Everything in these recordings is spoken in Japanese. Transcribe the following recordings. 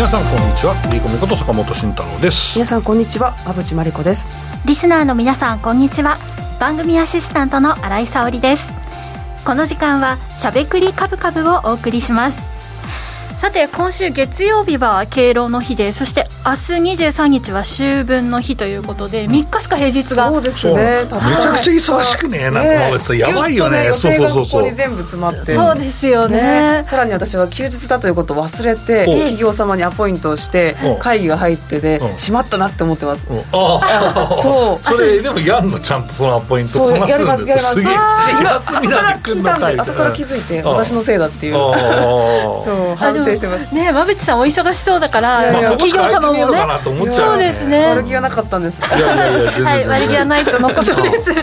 皆さんこんにちは。リーコミこと坂本慎太郎です。 皆さんこんにちは。馬淵真理子です。 リスナーの皆さんこんにちは。番組アシスタントの新井沙織です。この時間はしゃべくりカブカブをお送りします。さて今週月曜日は敬老の日で、そして明日23日は秋分の日ということで3日しか平日が、 そうですね、めちゃくちゃ忙しくね、なんかやばいよね。 そうそうそう、ここに全部詰まって、 そうですよ ね。 さらに私は休日だということを忘れて企業様にアポイントをして会議が入ってで、しまったなって思ってます。 そうそれでもやんの、ちゃんとそのアポイントこなすんで、すげえ休みなんで来んのかい。 後から気づいて私のせいだっていうそう反省してますね。馬淵さんお忙しそうだから、企業様もね、そうですね、 悪気はなかったんです。 はい、悪気はないとのことです。はい、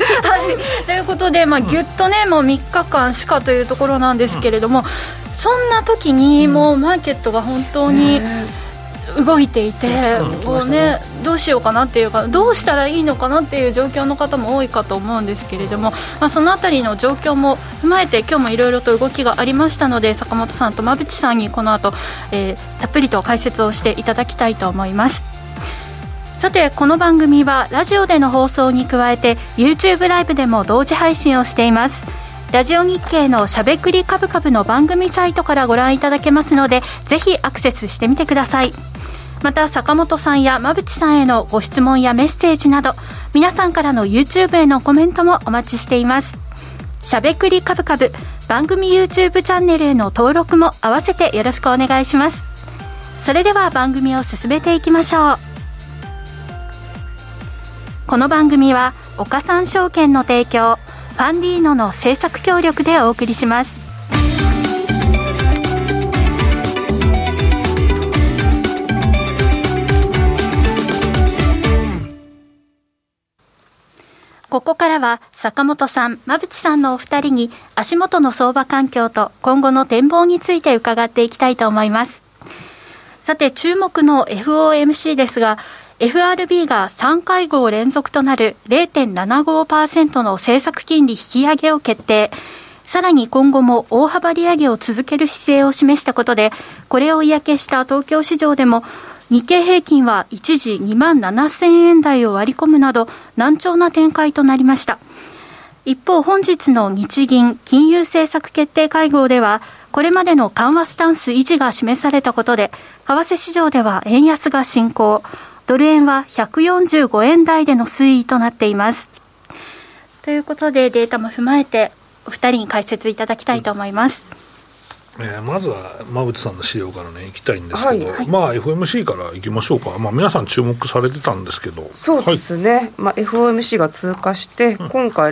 ということで、ぎゅっとね、もう3日間しかというところなんですけれども、そんな時にもうマーケットが本当に動いていて、もうね、どうしようかなっていうか、どうしたらいいのかなっていう状況の方も多いかと思うんですけれども、そのあたりの状況も踏まえて今日もいろいろと動きがありましたので、坂本さんと馬淵さんにこの後、たっぷりと解説をしていただきたいと思います。さてこの番組はラジオでの放送に加えて YouTube ライブでも同時配信をしています。ラジオ日経のしゃべくりカブカブの番組サイトからご覧いただけますので、ぜひアクセスしてみてください。また坂本さんや馬淵さんへのご質問やメッセージなど、皆さんからの YouTube へのコメントもお待ちしています。しゃべくりカブカブ番組 YouTube チャンネルへの登録も合わせてよろしくお願いします。それでは番組を進めていきましょう。この番組は岡三証券の提供、ファンディーノの制作協力でお送りします。ここからは坂本さん、馬淵さんのお二人に足元の相場環境と今後の展望について伺っていきたいと思います。さて注目の FOMC ですが、FRB が3会合連続となる 0.75% の政策金利引き上げを決定。さらに今後も大幅利上げを続ける姿勢を示したことで、これを嫌気した東京市場でも日経平均は一時27,000円台を割り込むなど難聴な展開となりました。一方本日の日銀金融政策決定会合では、これまでの緩和スタンス維持が示されたことで、為替市場では円安が進行、ドル円は145円台での推移となっています。ということでデータも踏まえてお二人に解説いただきたいと思います。 まずは馬淵さんの資料からね行きたいんですけど、FOMC から行きましょうか。皆さん注目されてたんですけど、 そうですね、FOMC が通過して、今回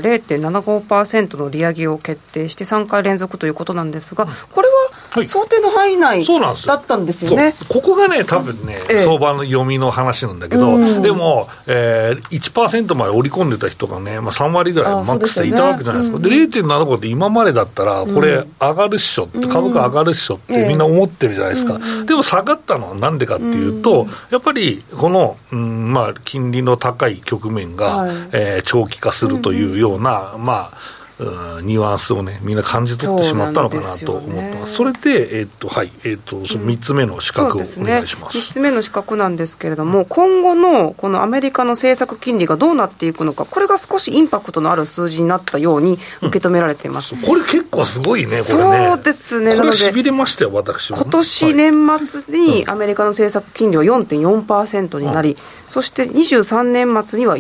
0.75% の利上げを決定して3回連続ということなんですが、これは想定の範囲内だったんですよね。 ここがね多分ね、相場の読みの話なんだけど、でも、1% まで織り込んでた人がね、3割ぐらいマックスでいたわけじゃないですか。で 0.75 って今までだったらこれ上がるっしょって、株価上がるっしょってみんな思ってるじゃないですか。でも下がったのはなんでかっていうと、やっぱりこの、金利の高い局面が、長期化するというような、ニュアンスをねみんな感じ取ってしまったのかなと思ってます。それで、その3つ目の資格をお願いします。 3つ目の資格なんですけれども、今後のこのアメリカの政策金利がどうなっていくのか、これが少しインパクトのある数字になったように受け止められています。 これ結構すごいね、これね。 そうですね。 これしびれましたよ、私は。 今年年末にアメリカの政策金利は 4.4% になり、そして23年末には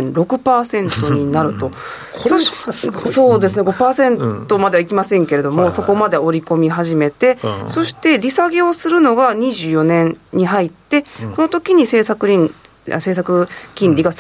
4.6% になると。 これはすごい。 そうですね、5% まではいきませんけれども、そこまで織り込み始めて、そして利下げをするのが24年に入って、この時に政策金利が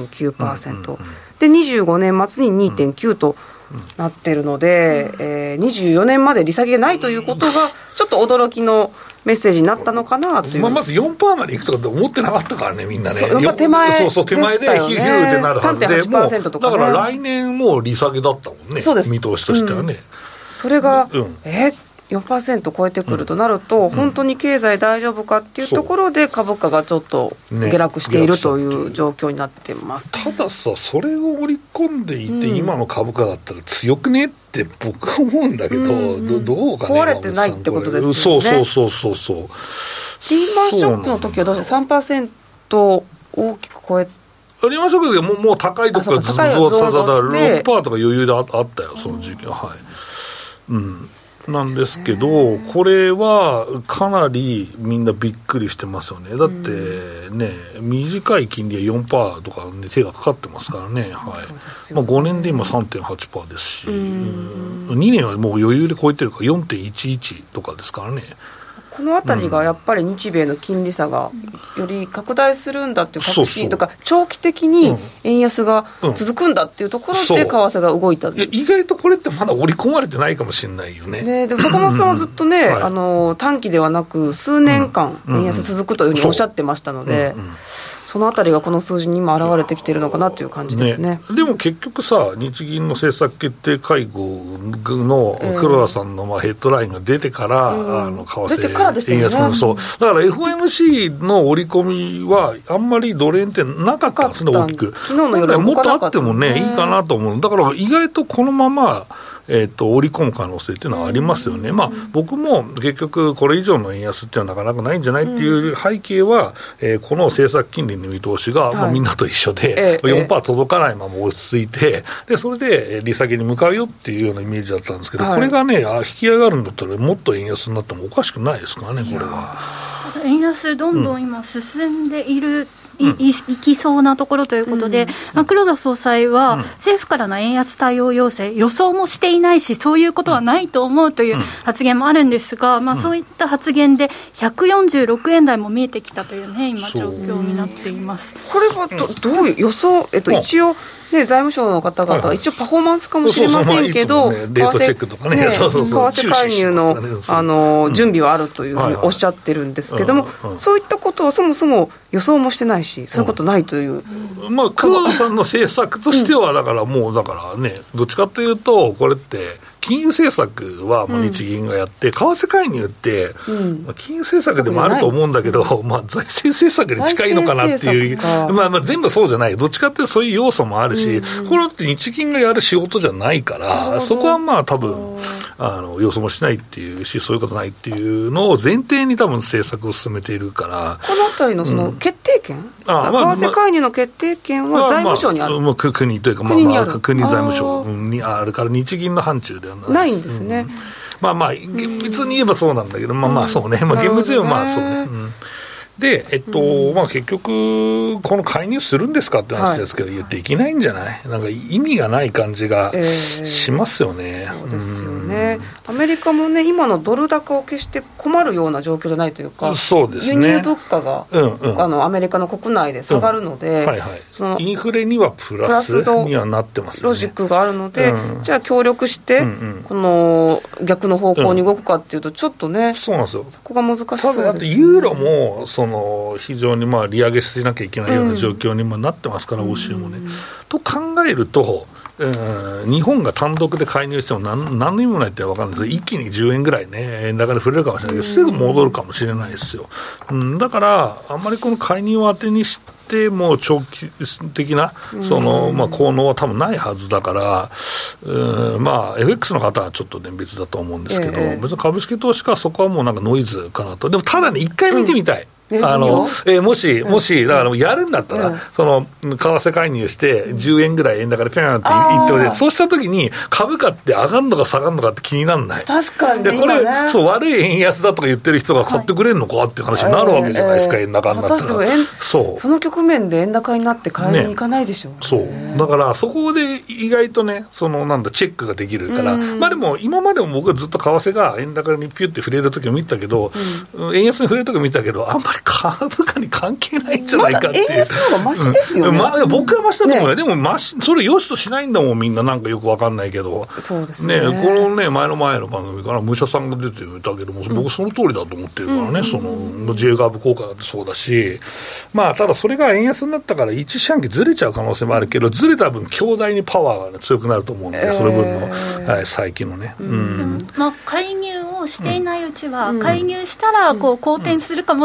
3.9%、で25年末に 2.9 となっているので、24年まで利下げないということがちょっと驚きのメッセージになったのかなという。 まず 4% までいくとかって思ってなかったからね、みんなね。 手前で手前でヒューってなるはずで、 3.8% とかね。 だから来年も利下げだったもんね。 そうです。 見通しとしてはね。 それが、4% 超えてくるとなると、本当に経済大丈夫かっていうところで株価がちょっと下落しているという状況になってます。 たださ、それを織り込んでいて、今の株価だったら強くねって僕は思うんだけど、どうかね。 壊れてないってことですよね。 そう。 リーマンショックの時はどうして 3% 大きく超えてリーマンショックでもう高いとこからずっと6%とか余裕であったよ、その時期は。はい、なんですけど、これはかなりみんなびっくりしてますよね。だってね、短い金利は 4% とか、ね、手がかかってますからね。はい、5年で今 3.8% ですし、2年はもう余裕で超えてるから 4.11 とかですからね。 このあたりがやっぱり日米の金利差がより拡大するんだっていう確信とか、長期的に円安が続くんだっていうところで為替が動いた、 意外とこれってまだ織り込まれてないかもしれないよね。 でも坂本さんはずっとね、短期ではなく数年間円安続くというふうにおっしゃってましたので、そのあたりがこの数字に今現れてきているのかなという感じです ね。 でも結局さ、日銀の政策決定会合の黒田さんのヘッドラインが出てから、為替円安の、そうだから FOMC の織り込みはあんまりドル円ってなかったんですね、大きく。 昨日の夜はもっとあってもね、いいかなと思う。だから意外とこのまま織り込む可能性っていうのはありますよね。僕も結局これ以上の円安っていうのはなかなかないんじゃないっていう背景は、この政策金利の見通しが、みんなと一緒で、4% 届かないまま落ち着いて、でそれで利下げに向かうよっていうようなイメージだったんですけど、これがね引き上がるんだったらもっと円安になってもおかしくないですからね、これは。 円安どんどん今進んでいる、いきそうなところということで、黒田総裁は政府からの円安対応要請、予想もしていないしそういうことはないと思うという発言もあるんですが、そういった発言で146円台も見えてきたというね、今状況になっています。 これはどういう予想、一応財務省の方々は一応パフォーマンスかもしれませんけど、為替介入の準備はあるというふうにおっしゃってるんですけども、そういったことをそもそも予想もしてないし、そういうことないという、 黒田さんの政策としてはだからもうだからね、どっちかというとこれって金融政策は日銀がやって、為替介入って、金融政策でもあると思うんだけど、財政政策に近いのかなっていう、全部そうじゃない、どっちかっていうとそういう要素もあるし、これって日銀がやる仕事じゃないから、そこは多分予想もしないっていうし、そういうことないっていうのを前提に多分政策を進めているから、 このあたりのその決定権、為替介入の決定権は財務省にある、 国というか、国財務省にあるから、日銀の範疇ではないんですね。 厳密に言えばそうなんだけど、そうね、厳密に言えばそうね。で、結局、この介入するんですかって話ですけど、できないんじゃない？なんか意味がない感じがしますよね。 そうですよね。アメリカもね、今のドル高を決して困るような状況じゃないというか、 そうですね、 輸入物価が、アメリカの国内で下がるので、 そのインフレにはプラスにはなってますよね。 ロジックがあるので、じゃあ協力して、この逆の方向に動くかっていうと、ちょっとね、 そうなんですよ。 そこが難しそうですね。 だってユーロも非常に利上げしなきゃいけないような状況になってますから、欧州もね。と考えると、日本が単独で介入しても何の意味もないって分かるんですけど、一気に10円ぐらいね、円高で触れるかもしれないけど、すぐ戻るかもしれないですよ。だから、あんまりこの介入を当てにしても、長期的な効能は多分ないはずだから、FX の方はちょっと別だと思うんですけど、別に株式投資家はそこはもうなんかノイズかなと。でもただね、一回見てみたい。もし、だからやるんだったら、為替介入して10円ぐらい円高でピャーンっていって、そうしたときに株価って上がるのか下がるのかって気にならない。 確かに、 でこれ、悪い円安だとか言ってる人が買ってくれるのかっていう話になるわけじゃないですか、円高になってたら。 その局面で円高になって買いに行かないでしょ。 そうだからそこで意外とね、チェックができるから、でも今までも僕はずっと為替が円高にピュッて触れるときを見たけど、円安に触れるときを見たけど、あんまり株価に関係ないんじゃないかっていう。 円安の方がマシですよね。 僕はマシだと思うよ。でもそれ良しとしないんだもん、みんな。なんかよくわかんないけど。 そうですね。 このね、前の番組から武者さんが出てたけども、僕その通りだと思ってるからね、J ガーブ効果だってそうだし、ただそれが円安になったから一四半期ずれちゃう可能性もあるけど、ずれた分強大にパワーが、強くなると思うんで、その分の、再起のね。 介入をしていないうちは、介入したら好転するかもっていう、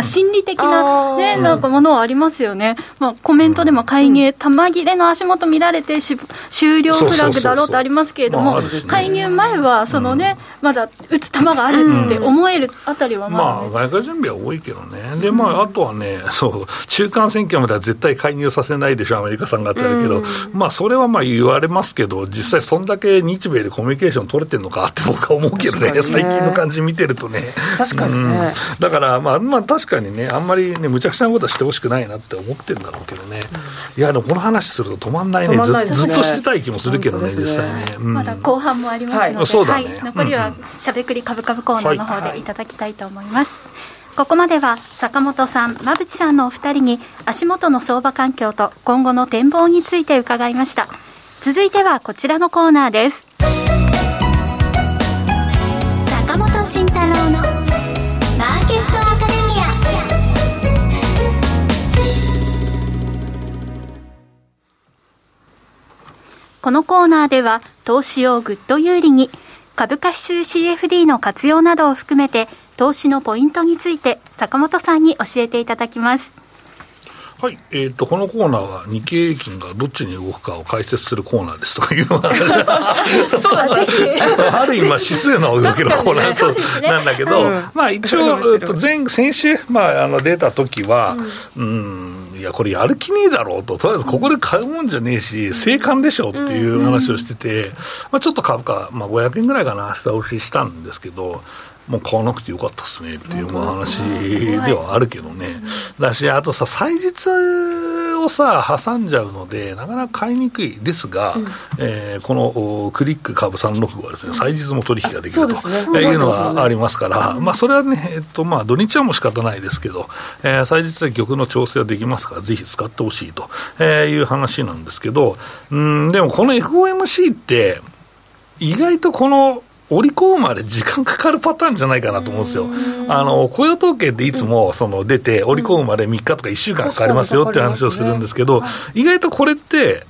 心理的な、ね、なんかものはありますよね。コメントでも介入、玉切れの足元見られて終了フラグだろうとありますけれども、介入前はその、ね、まだ打つ球があるって思えるあたりは外貨準備は多いけどね。であとはね、中間選挙までは絶対介入させないでしょ、アメリカさんがあったけど、それは言われますけど、実際そんだけ日米でコミュニケーション取れてるのかって僕は思うけどね、最近の感じ見てるとね。 確かにね。 だから確かにね、あんまりね、無茶苦茶なことはしてほしくないなって思ってるんだろうけどね。いや、でもこの話すると止まんないね。ずっとしてたい気もするけどね、実際ね。 まだ後半もありますので、 そうだね。 残りはしゃべくりカブカブコーナーの方でいただきたいと思います。ここまでは坂本さん、馬淵さんのお二人に足元の相場環境と今後の展望について伺いました。続いてはこちらのコーナーです。 坂本慎太郎のマーケットアカデミア。 このコーナーでは投資をぐっと有利に、株価指数 CFD の活用などを含めて投資のポイントについて坂本さんに教えていただきます。 はい、このコーナーは日経平均がどっちに動くかを解説するコーナーですとかいうのがそうだ、ぜひある意味指数の動きのコーナーなんだけど、一応先週、出た時は、いやこれやる気ねえだろうと、とりあえずここで買うもんじゃねえし静観でしょっていう話をしてて、ちょっと株価、500円ぐらいかな下押ししたんですけど、もう買わなくてよかったっすねっていう話ではあるけどね。だし、あとさ、祭日をさ挟んじゃうのでなかなか買いにくいですが、このクリック株365はですね、祭日も取引ができるというのがありますから、それはね、土日はもう仕方ないですけど、祭日で玉の調整はできますからぜひ使ってほしいという話なんですけど、でもこの FOMC って意外とこの織り込むまで時間かかるパターンじゃないかなと思うんですよ。雇用統計っていつも出て織り込むまで3日とか1週間かかりますよっていう話をするんですけど、意外とこれって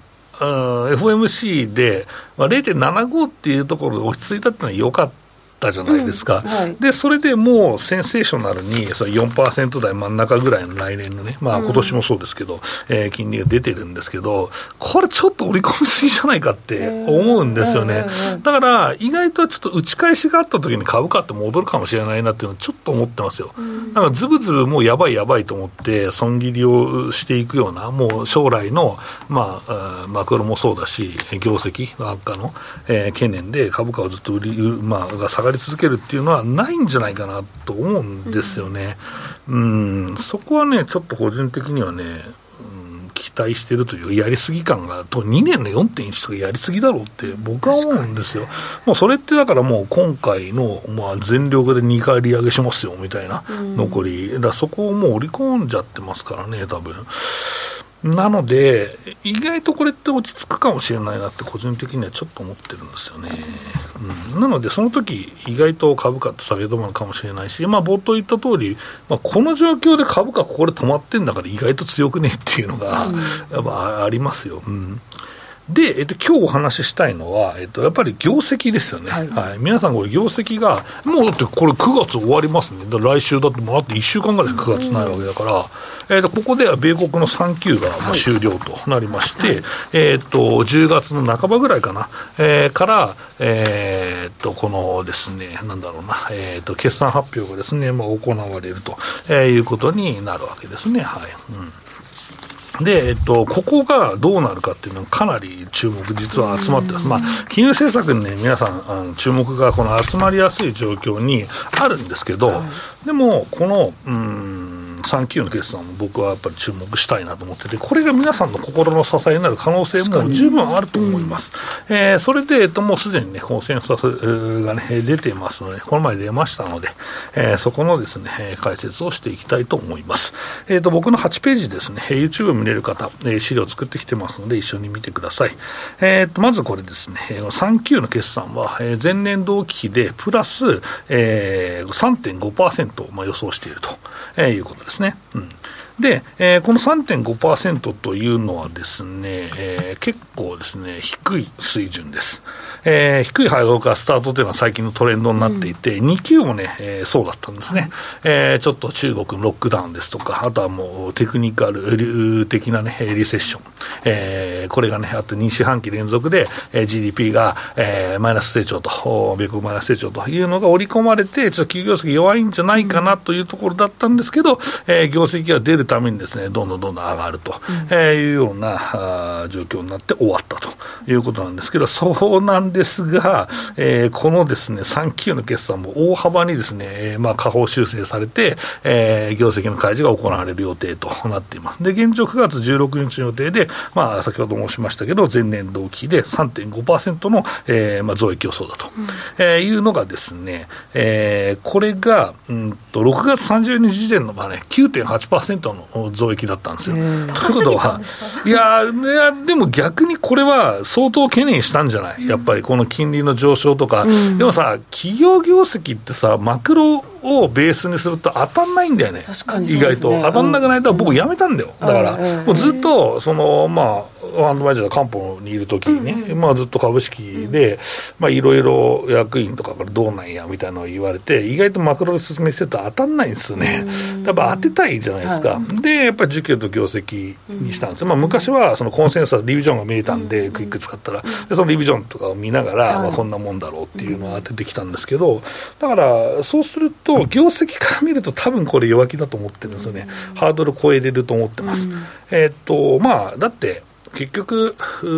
FOMC で 0.75 っていうところで落ち着いたっていうのは良かったじゃないですか、でそれでもうセンセーショナルにその 4% 台真ん中ぐらいの来年のね、今年もそうですけど、金利が出てるんですけど、これちょっと織り込みすぎじゃないかって思うんですよね。だから意外とちょっと打ち返しがあった時に株価って戻るかもしれないなっていうのはちょっと思ってますよ。だからズブズブもうやばいと思って損切りをしていくような、もう将来のマクロもそうだし業績悪化の、懸念で株価をずっとが下がり続けるっていうのはないんじゃないかなと思うんですよね。そこはねちょっと個人的にはね、期待してるというやりすぎ感が2年の 4.1 とかやりすぎだろうって僕は思うんですよ。もうそれってだからもう今回の全力で2回利上げしますよみたいな、残りだそこをもう織り込んじゃってますからね多分。なので意外とこれって落ち着くかもしれないなって個人的にはちょっと思ってるんですよね。なのでその時意外と株価って下げ止まるかもしれないし、冒頭言った通り、この状況で株価ここで止まってんだから意外と強くねっていうのがやっぱありますよ。で、今日お話ししたいのは、やっぱり業績ですよね。皆さんこれ業績がもうだってこれ9月終わりますね。だから来週だってもうあと1週間ぐらいしか9月ないわけだから、ここでは米国の3級がもう終了となりまして、10月の半ばぐらいかな、から、このですね、決算発表がですね、行われるということになるわけですね。で、ここがどうなるかっていうのはかなり注目実は集まってます。金融政策にね、皆さん注目がこの集まりやすい状況にあるんですけど、でもこの3級の決算も僕はやっぱり注目したいなと思ってて、これが皆さんの心の支えになる可能性も十分あると思います。それで、もうすでにねコンセンサスがね出ていますので、この前出ましたので、そこのですね解説をしていきたいと思います。僕の8ページですね、YouTube を見れる方、資料を作ってきてますので一緒に見てください。まずこれですね、3級の決算は、前年同期比でプラス、3.5% 予想しているということですね。 で、この 3.5% というのはですね、結構ですね、低い水準です。低い配合からスタートというのは最近のトレンドになっていて、2級もね、そうだったんですね。ちょっと中国のロックダウンですとか、あとはもうテクニカル的なね、リセッション。これがね、あと2四半期連続で、GDP が、マイナス成長と、米国マイナス成長というのが織り込まれて、ちょっと企業業績弱いんじゃないかなというところだったんですけど、業績が出るためにですね、どんどん上がるというような状況になって終わったということなんですけど、そうなんですが、このですね、3期の決算も大幅にですね、下方修正されて、業績の開示が行われる予定となっています。で、現状9月16日の予定で、先ほど申しましたけど、前年同期で 3.5% の、増益予想だと、いうのがですね、これが、6月30日時点の9.8% の増益だったんですよ。ということは、いや、でも逆にこれは相当懸念したんじゃない、やっぱりこの金利の上昇とか、でもさ、企業業績ってさ、マクロをベースにすると当たんないんだよね、意外と当たんなくないと僕やめたんだよ。だからもうずっとファンドマネージャー官報にいるときにね、ずっと株式でいろいろ役員とかからどうなんやみたいなのを言われて、意外とマクロで説明してると当たんないんですよね。やっぱ当てたいじゃないですか。でやっぱり需給と業績にしたんですよ。昔はそのコンセンサスリビジョンが見えたんでクイック使ったら、でそのリビジョンとかを見ながら、こんなもんだろうっていうのを当ててきたんですけど、だからそうすると業績から見ると多分これ弱気だと思ってるんですよね。ハードル超えれると思ってます。だって結局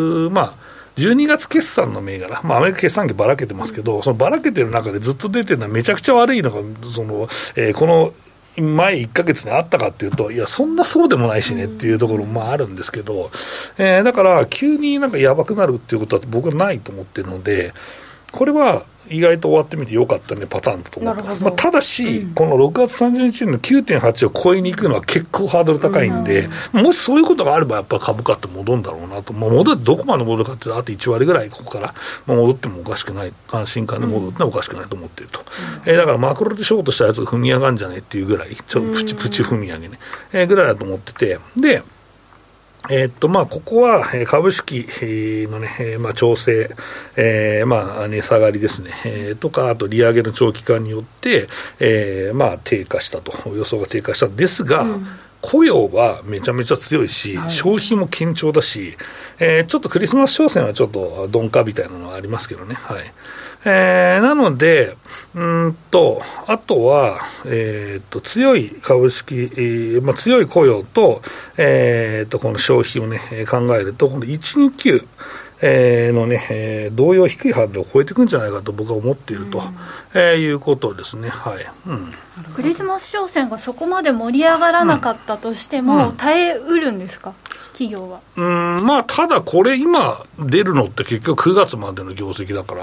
12月決算の銘柄、アメリカ決算期ばらけてますけど、そのばらけてる中でずっと出てるのはめちゃくちゃ悪いのがこの前1ヶ月にあったかっていうと、いやそんなそうでもないしねっていうところもあるんですけど、だから急になんかやばくなるっていうことは僕はないと思ってるので、これは意外と終わってみてよかったねパターンだと思ってます。ただし、この6月30日の 9.8 を超えに行くのは結構ハードル高いんで、もしそういうことがあればやっぱ株価って戻るんだろうなと。戻ってどこまで戻るかっていうとあと1割ぐらいここから戻ってもおかしくない、安心感で戻ってもおかしくないと思っていると。だからマクロでショートしたやつが踏み上がるんじゃねっていうぐらい、ちょっとプチ踏み上げね、ぐらいだと思ってて、でここは株式のね、調整、値下がりですね、とか、あと利上げの長期化によって、低下したと、予想が低下したんですが、雇用はめちゃめちゃ強いし、消費も堅調だし、ちょっとクリスマス商戦はちょっと鈍化みたいなのはありますけどね。はい。なので、あとは、強い株式、強い雇用と、この消費をね、考えると、この1、2級、のね、同様低いハードルを超えていくんじゃないかと僕は思っていると、いうことですね。はい。 クリスマス商戦がそこまで盛り上がらなかったとしても、耐えうるんですか、企業は。 ただこれ今出るのって結局9月までの業績だから、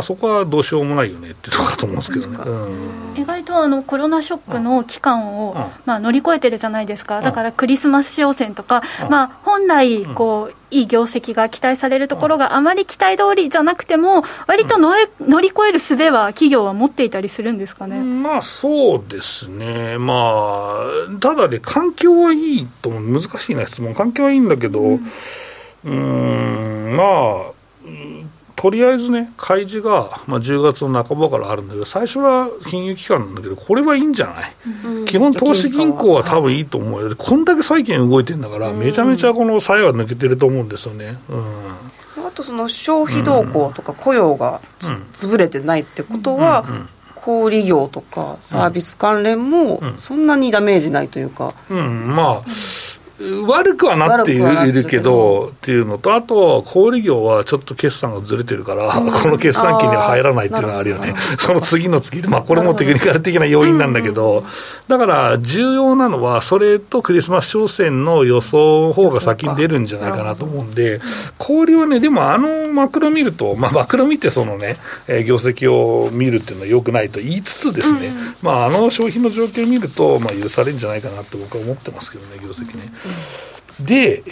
そこはどうしようもないよねってところだと思うんですけどね。 意外とコロナショックの期間を、乗り越えてるじゃないですか。だからクリスマス商戦とか、本来いい業績が期待されるところがあまり期待通りじゃなくても割と乗り越える術は企業は持っていたりするんですかね。 そうですね。ただね、環境はいいと難しいな質問。環境はいいんだけど、とりあえずね、開示が、10月の半ばからあるんだけど、最初は金融機関なんだけど、これはいいんじゃない、基本投資銀行は多分いいと思うよ。こんだけ債券動いてるんだから、めちゃめちゃこの差が抜けてると思うんですよね。 あとその消費動向とか雇用が潰れてないってことは、小売業とかサービス関連もそんなにダメージないというか、 悪くはなっているけどっていうのと、あと小売業はちょっと決算がずれてるから、この決算期には入らないっていうのがあるよね。その次の月で、これもテクニカル的な要因なんだけど、だから重要なのはそれとクリスマス商戦の予想の方が先に出るんじゃないかなと思うんで、小売はね、でもマクロ見ると、マクロ見てそのね、業績を見るっていうのは良くないと言いつつですね、消費の状況を見ると、許されるんじゃないかなと僕は思ってますけどね、業績ね。で、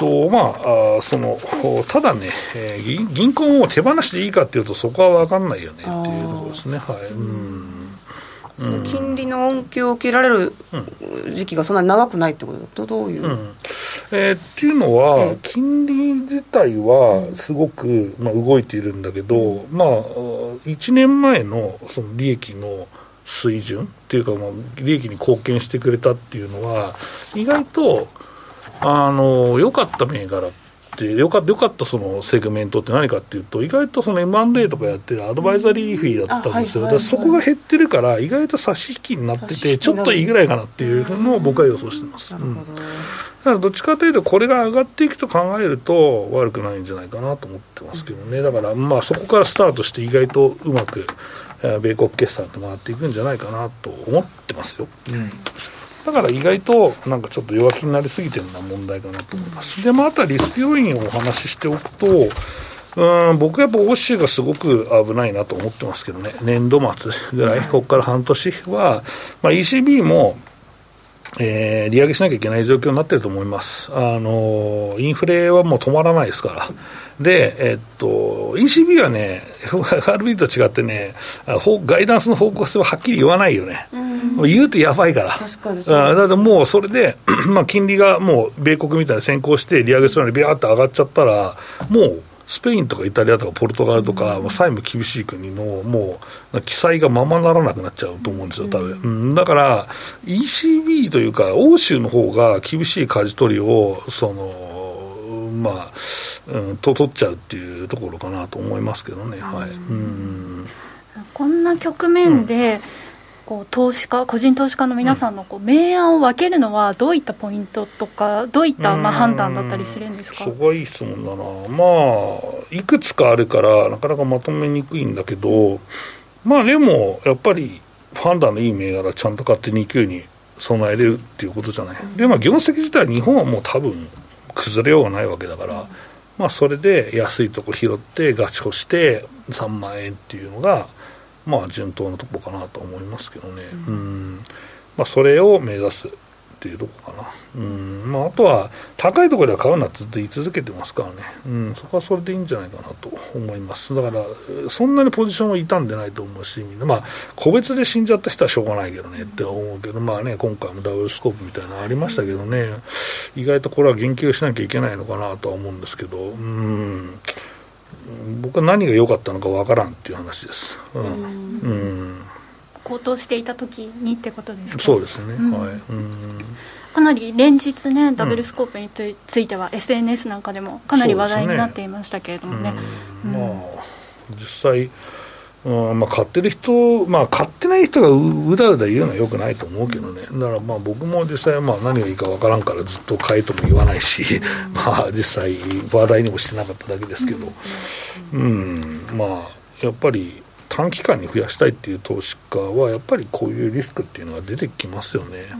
ただね、銀行を手放していいかっていうとそこは分かんないよねっていうところですね。はい。 その金利の恩恵を受けられる時期がそんなに長くないってことだとどういう、 っていうのは、金利自体はすごく、動いているんだけど、1年前のその利益の水準っていうか、利益に貢献してくれたっていうのは意外と良かった銘柄って良かったそのセグメントって何かっていうと、意外とその M&A とかやってるアドバイザリーフィーだったんですよ。だからそこが減ってるから意外と差し引きになっててちょっといいぐらいかなっていうのを僕は予想してます。だからどっちかというとこれが上がっていくと考えると悪くないんじゃないかなと思ってますけどね。だからそこからスタートして意外とうまく米国決算って回っていくんじゃないかなと思ってますよ。だから意外となんかちょっと弱気になりすぎてるのは問題かなと思います。で、あとはリスク要因をお話ししておくと、僕はやっぱ欧州がすごく危ないなと思ってますけどね。年度末ぐらい、ここから半年は、ECB も利上げしなきゃいけない状況になっていると思います。インフレはもう止まらないですから。で、ECB はね、FRB と違ってね、ガイダンスの方向性ははっきり言わないよね。もう言うとやばいから。 確かにそう。 だってもうそれで、金利がもう米国みたいに先行して利上げするのにビャーって上がっちゃったら、もうスペインとかイタリアとかポルトガルとか、債務厳しい国のもう記載がままならなくなっちゃうと思うんですよ、多分。だから ECB というか欧州の方が厳しい舵取りを取っちゃうっていうところかなと思いますけどね。 こんな局面で、個人投資家の皆さんの明暗を分けるのはどういったポイントとかどういった判断だったりするんですか？ そこはいい質問だな。いくつかあるからなかなかまとめにくいんだけど、でもやっぱり判断のいい銘柄ちゃんと買って2級に備えれるっていうことじゃない。で業績自体日本はもう多分崩れようがないわけだから、それで安いとこ拾ってガチホして3万円っていうのが順当なところかなと思いますけどね。それを目指すっていうところかな。あとは高いところでは買うなってずっと言い続けてますからね。そこはそれでいいんじゃないかなと思います。だからそんなにポジションは傷んでないと思うし、個別で死んじゃった人はしょうがないけどねって思うけど、今回もダブルスコープみたいなのありましたけどね、意外とこれは言及しなきゃいけないのかなとは思うんですけど、僕は何が良かったのかわからんっていう話です。 高騰していた時にってことですか？ そうですね。 かなり連日ね、ダブルスコープについては SNS なんかでもかなり話題になっていましたけれどもね。 実際買ってる人、買ってない人がうだうだ言うのはよくないと思うけどね。だから僕も実際何がいいかわからんからずっと買えとも言わないし、実際話題にもしてなかっただけですけど、やっぱり短期間に増やしたいっていう投資家はやっぱりこういうリスクっていうのが出てきますよね。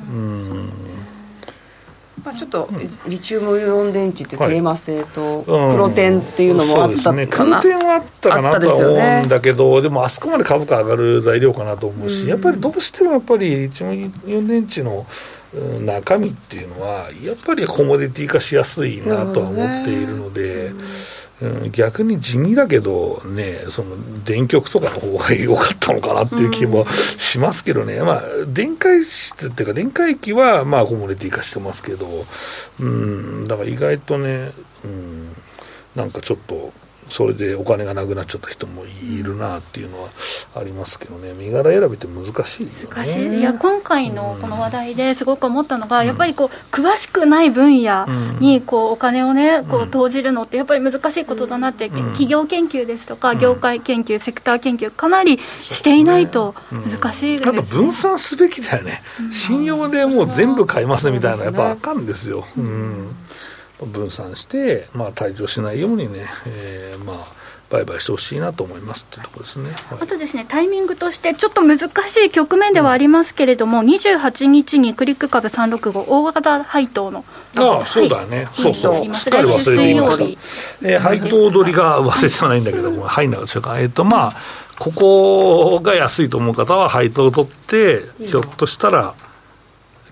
ちょっとリチウムイオン電池ってテーマ性と黒点っていうのもあったかな。 黒点はあったかなとは思うんだけど、でもあそこまで株価上がる材料かなと思うし、やっぱりどうしてもやっぱりリチウムイオン電池の中身っていうのはやっぱりコモディティ化しやすいなとは思っているので、逆に地味だけどね、その電極とかの方が良かったのかなっていう気もしますけどね。電解質っていうか電解液はコモディティ化してますけど、だから意外とね、なんかちょっとそれでお金がなくなっちゃった人もいるなっていうのはありますけどね。銘柄選びって難しいよね。 難しい。いや、今回のこの話題ですごく思ったのが、やっぱり詳しくない分野にお金をね投じるのってやっぱり難しいことだなって、企業研究ですとか業界研究、セクター研究かなりしていないと難しいですね。 やっぱ分散すべきだよね。信用でもう全部買いますみたいなやっぱあかんですよ。分散して、退場しないようにね、売買してほしいなと思いますっていうところですね。 あとですね、タイミングとしてちょっと難しい局面ではありますけれども、28日にクリック株365大型配当のそうだね、そうすっかり忘れていました。配当取りが忘れてはないんだけども、はい、なんでしょうか。ここが安いと思う方は配当を取って、ひょっとしたら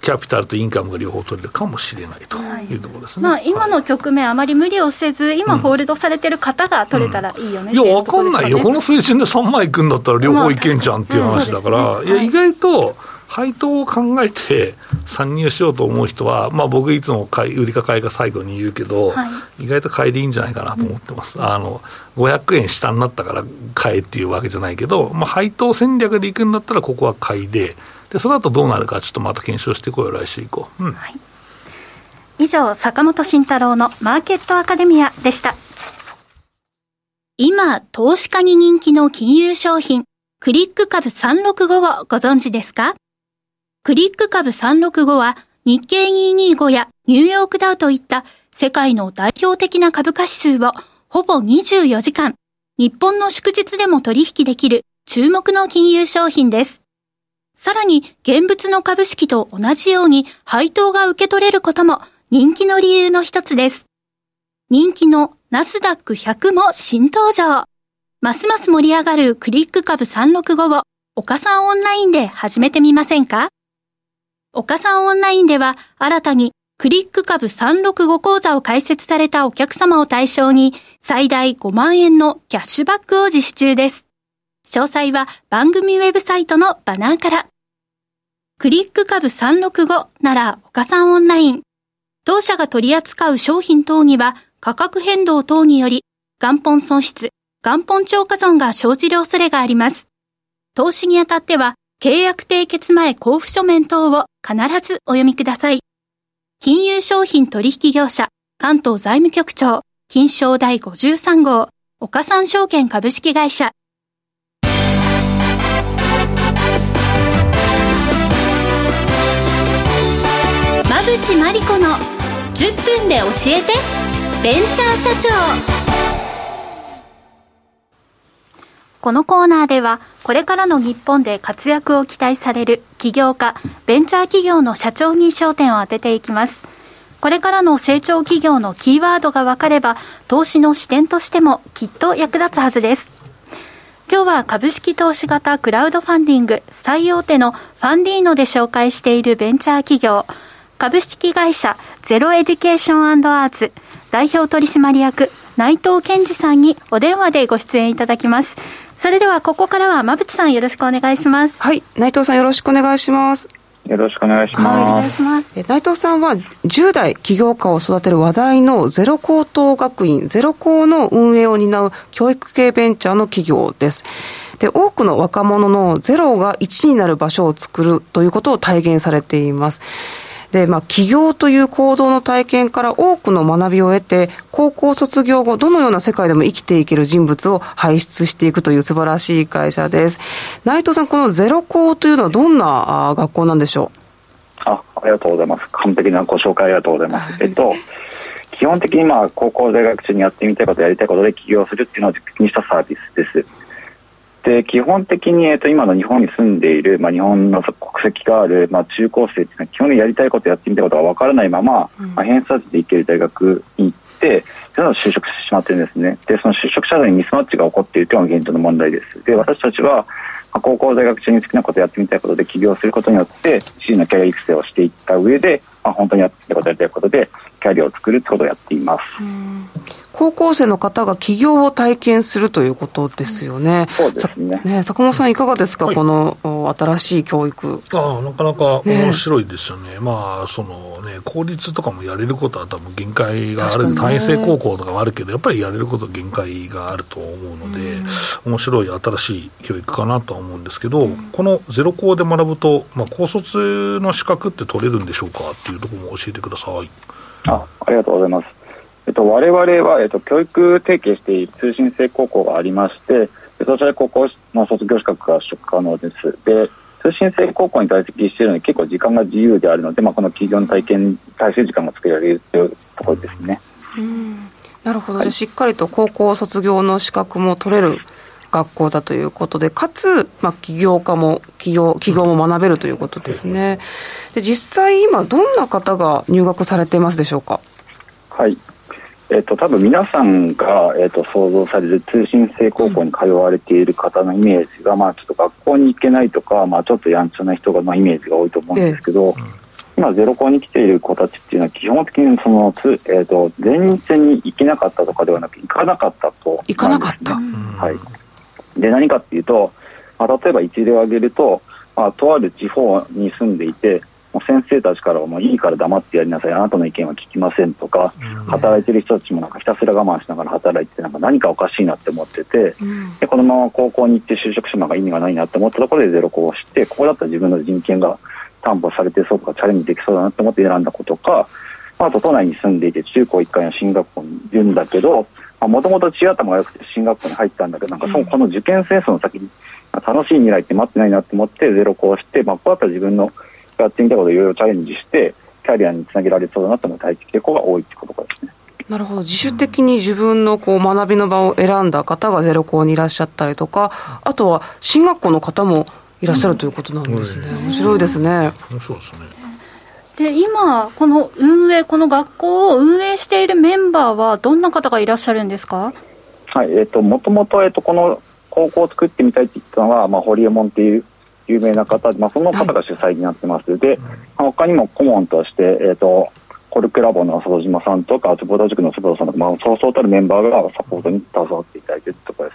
キャピタルとインカムが両方取れるかもしれないというところですね、 今の局面、あまり無理をせず今ホールドされてる方が取れたらいいよね、 いや分かんないよ、この水準で3万いくんだったら両方いけんじゃんっていう話だから、いや意外と配当を考えて参入しようと思う人は、僕いつも売りか買いか最後に言うけど、意外と買いでいいんじゃないかなと思ってます、500円下になったから買えっていうわけじゃないけど、配当戦略でいくんだったらここは買いで、その後どうなるかちょっとまた検証していこうよ、来週以降、 以上、坂本慎太郎のマーケットアカデミアでした。今投資家に人気の金融商品クリック株365をご存知ですか？クリック株365は日経225やニューヨークダウといった世界の代表的な株価指数をほぼ24時間、日本の祝日でも取引できる注目の金融商品です。さらに現物の株式と同じように配当が受け取れることも人気の理由の一つです。人気のナスダック100も新登場。ますます盛り上がるクリック株365を岡さんオンラインで始めてみませんか？岡さんオンラインでは新たにクリック株365講座を開設されたお客様を対象に最大5万円のキャッシュバックを実施中です。詳細は番組ウェブサイトのバナーから。クリック株365なら岡さんオンライン。当社が取り扱う商品等には価格変動等により元本損失、元本超過損が生じる恐れがあります。投資にあたっては契約締結前交付書面等を必ずお読みください。金融商品取引業者関東財務局長金商第53号岡三証券株式会社。馬淵真理子の10分で教えてベンチャー社長。このコーナーではこれからの日本で活躍を期待される起業家、ベンチャー企業の社長に焦点を当てていきます。これからの成長企業のキーワードが分かれば投資の視点としてもきっと役立つはずです。今日は株式投資型クラウドファンディング最大手のファンディーノで紹介しているベンチャー企業株式会社ゼロエデュケーション&アーツ代表取締役内藤健二さんにお電話でご出演いただきます。それではここからは馬淵さんよろしくお願いします。 はい、内藤さんよろしくお願いします。 よろしくお願いします。 はい、お願いします。 内藤さんは10代起業家を育てる話題のゼロ高等学院ゼロ高の運営を担う教育系ベンチャーの企業です。で、多くの若者のゼロが1になる場所を作るということを体現されています。で、起業という行動の体験から多くの学びを得て、高校卒業後どのような世界でも生きていける人物を輩出していくという素晴らしい会社です。内藤さん、このゼロ高というのはどんな学校なんでしょう？ありがとうございます。完璧なご紹介ありがとうございます。基本的に高校在学中にやってみたいことやりたいことで起業するっていうのを実にしたサービスです。で、基本的に、今の日本に住んでいる、日本の国籍がある、中高生っていうのは基本的にやりたいことやってみたいことが分からないまま、偏差値で行ける大学に行って、それを就職してしまってるんですね。で、その就職者にミスマッチが起こっているというのが現状の問題です。で、私たちは、高校在学中に好きなことをやってみたいことで起業することによって、自身のキャリア育成をしていった上で、本当にやってみたいことやりたいことで、キャリアを作るってことをやっています。 高校生の方が起業を体験するということですよね。 そうですね。 坂本さんいかがですか、 はい、 この新しい教育。 なかなか面白いですよね。公立とかもやれることは多分限界がある。単位制高校とかもあるけど、やっぱりやれることは限界があると思うので、面白い新しい教育かなとは思うんですけど、このゼロ校で学ぶと、高卒の資格って取れるんでしょうかっていうところも教えてください。 ありがとうございます。我々は、教育提携している通信制高校がありまして、そちらで高校の卒業資格が取得可能です。で、通信制高校に在籍しているので結構時間が自由であるので、この企業の体制時間が作られるというところですね。 なるほど、はい、しっかりと高校卒業の資格も取れる学校だということで、かつ、起業も学べるということですね。で、実際今どんな方が入学されていますでしょうか？ はい、多分皆さんが、想像される通信制高校に通われている方のイメージが、ちょっと学校に行けないとか、ちょっとやんちゃな人が、イメージが多いと思うんですけど、 今ゼロ校に来ている子たちっていうのは基本的にその全日制に行けなかったとかではなく行かなかったと。 行かなかった、 はい。で何かっていうと、例えば一例を挙げると、とある地方に住んでいて、先生たちからはもういいから黙ってやりなさい、あなたの意見は聞きませんとか、働いてる人たちもなんかひたすら我慢しながら働いてなんか何かおかしいなって思ってて、でこのまま高校に行って就職してもなんか意味がないなって思ったところでゼロ校をして、ここだったら自分の人権が担保されてそうとかチャレンジできそうだなって思って選んだことか、あと都内に住んでいて中高一貫の進学校にいるんだけど、もともと地頭が良くて進学校に入ったんだけど、なんかこの受験戦争の先に楽しい未来って待ってないなって思ってゼロ校をして、こうだったら自分のやってみたことをいろいろチャレンジしてキャリアにつなげられそうだなと思って入ってきてる子が多いってことですね。 なるほど。自主的に自分の学びの場を選んだ方がゼロ校にいらっしゃったりとか、あとは進学校の方もいらっしゃるということなんですね。面白いですね。 面白いですね。 で今このこの学校を運営しているメンバーはどんな方がいらっしゃるんですか？ はい、もともとこの高校を作ってみたいって言ったのは、堀江門っていう有名な方で、その方が主催になってます。で、他にも顧問として、コルクラボの佐島さんとか、坪田塾の坪田さんとか、そうそうたるメンバーがサポートに携わっていただいているところです。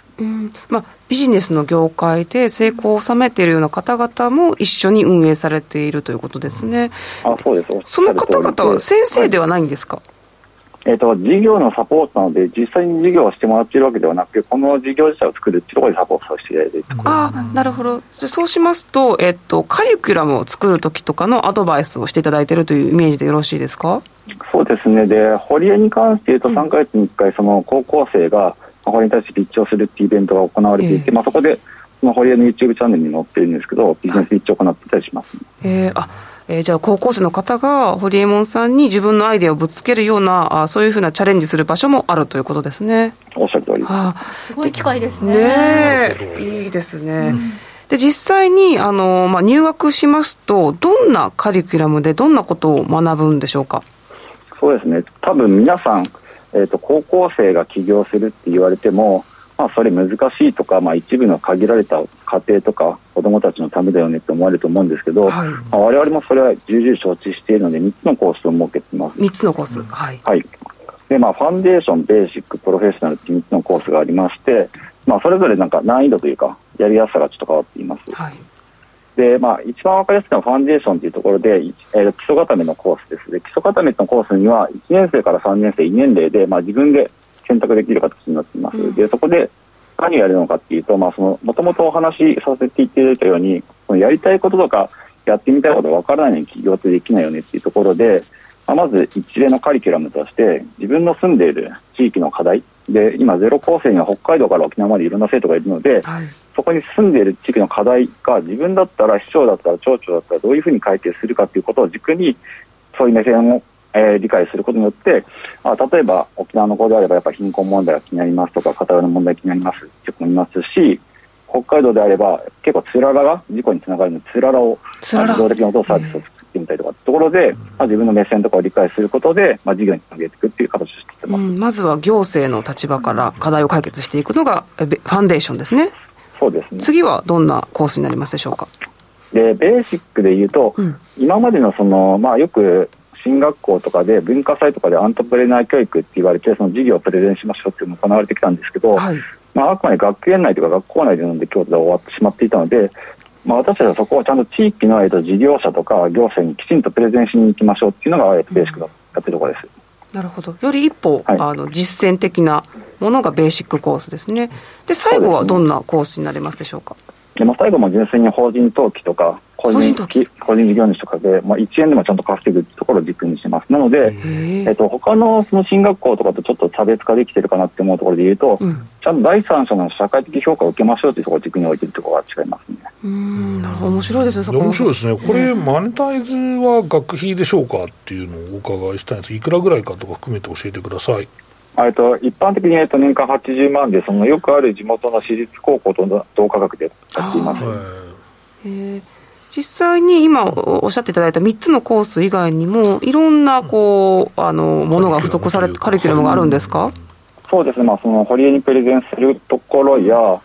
ビジネスの業界で成功を収めているような方々も一緒に運営されているということですね。 そうです。 その方々は先生ではないんですか？ 事業のサポートなので、実際に事業をしてもらっているわけではなくて、この事業自体を作るっていうところでサポートさせていただいているところです。 なるほど。そうしますと、カリキュラムを作るときとかのアドバイスをしていただいているというイメージでよろしいですか？ そうですね。で、堀江に関して言うと、3ヶ月に1回、その高校生が堀江に対してピッチをするっていうイベントが行われていて、そこでその堀江の YouTube チャンネルに載っているんですけど、ビジネスピッチを行っていたりします、ね。 じゃあ高校生の方がホリエモンさんに自分のアイデアをぶつけるようなそういうふうなチャレンジする場所もあるということですね。 おっしゃる通りです。 すごい機会ですね。 いいですね。で実際に入学しますとどんなカリキュラムでどんなことを学ぶんでしょうか？ そうですね。多分皆さん、高校生が起業するって言われても、それ難しいとか、一部の限られた家庭とか子どもたちのためだよねって思われると思うんですけど、我々もそれは重々承知しているので3つのコースを設けています。 3つのコース、はい。 で、ファンデーション、ベーシック、プロフェッショナルって3つのコースがありまして、それぞれなんか難易度というかやりやすさがちょっと変わっています。で、一番わかりやすいのはファンデーションというところで、基礎固めのコースです。で、基礎固めのコースには1年生から3年生、2年齢で、自分で選択できる形になっています。で、そこで何をやるのかっていうと、もともとお話しさせていただいたように、やりたいこととかやってみたいことがわからないのに起業ってできないよねっていうところで、まず一例のカリキュラムとして自分の住んでいる地域の課題で、今ゼロ構成には北海道から沖縄までいろんな生徒がいるので、そこに住んでいる地域の課題が自分だったら市長だったら町長だったらどういうふうに解決するかということを軸にそういう目線を理解することによって、例えば沖縄の子であればやっぱ貧困問題が気になりますとか片親の問題が気になりますって子もいますし、北海道であれば結構つららが事故につながるのでつららを自動的に落とすサービスを作ってみたりとかところで、自分の目線とかを理解することで、事業につなげていくっていう形をしています。 まずは行政の立場から課題を解決していくのがファンデーションですね。 そうですね。 次はどんなコースになりますでしょうか？ でベーシックで言うと、今までのよく進学校とかで文化祭とかでアントプレナー教育って言われて、その授業をプレゼンしましょうっていうのが行われてきたんですけど、あくまで学園内とか学校内で飲んで京都で終わってしまっていたので、私たちはそこをちゃんと地域の事業者とか行政にきちんとプレゼンしに行きましょうっていうのがベーシックだやってるところです。 なるほど。より一歩、実践的なものがベーシックコースですね。で最後はどんなコースになりますでしょうか？ で最後も純粋に法人登記とか個人事業主とかで、1円でもちゃんと稼ぐところを軸にしてます。なので、他のその進学校とかとちょっと差別化できてるかなって思うところで言うと、ちゃんと第三者の社会的評価を受けましょうというところを軸に置いているところが違いますね。 なるほど。面白いですね。 面白いですね。これ、マネタイズは学費でしょうかっていうのをお伺いしたいんです。いくらぐらいかとか含めて教えてください。 一般的に年間80万で、よくある地元の私立高校と同価格でやっています。 実際に今おっしゃっていただいた3つのコース以外にもいろんなものが付属されてカリキュラムがあるんですか？ そうですね。その堀江にプレゼンするところや、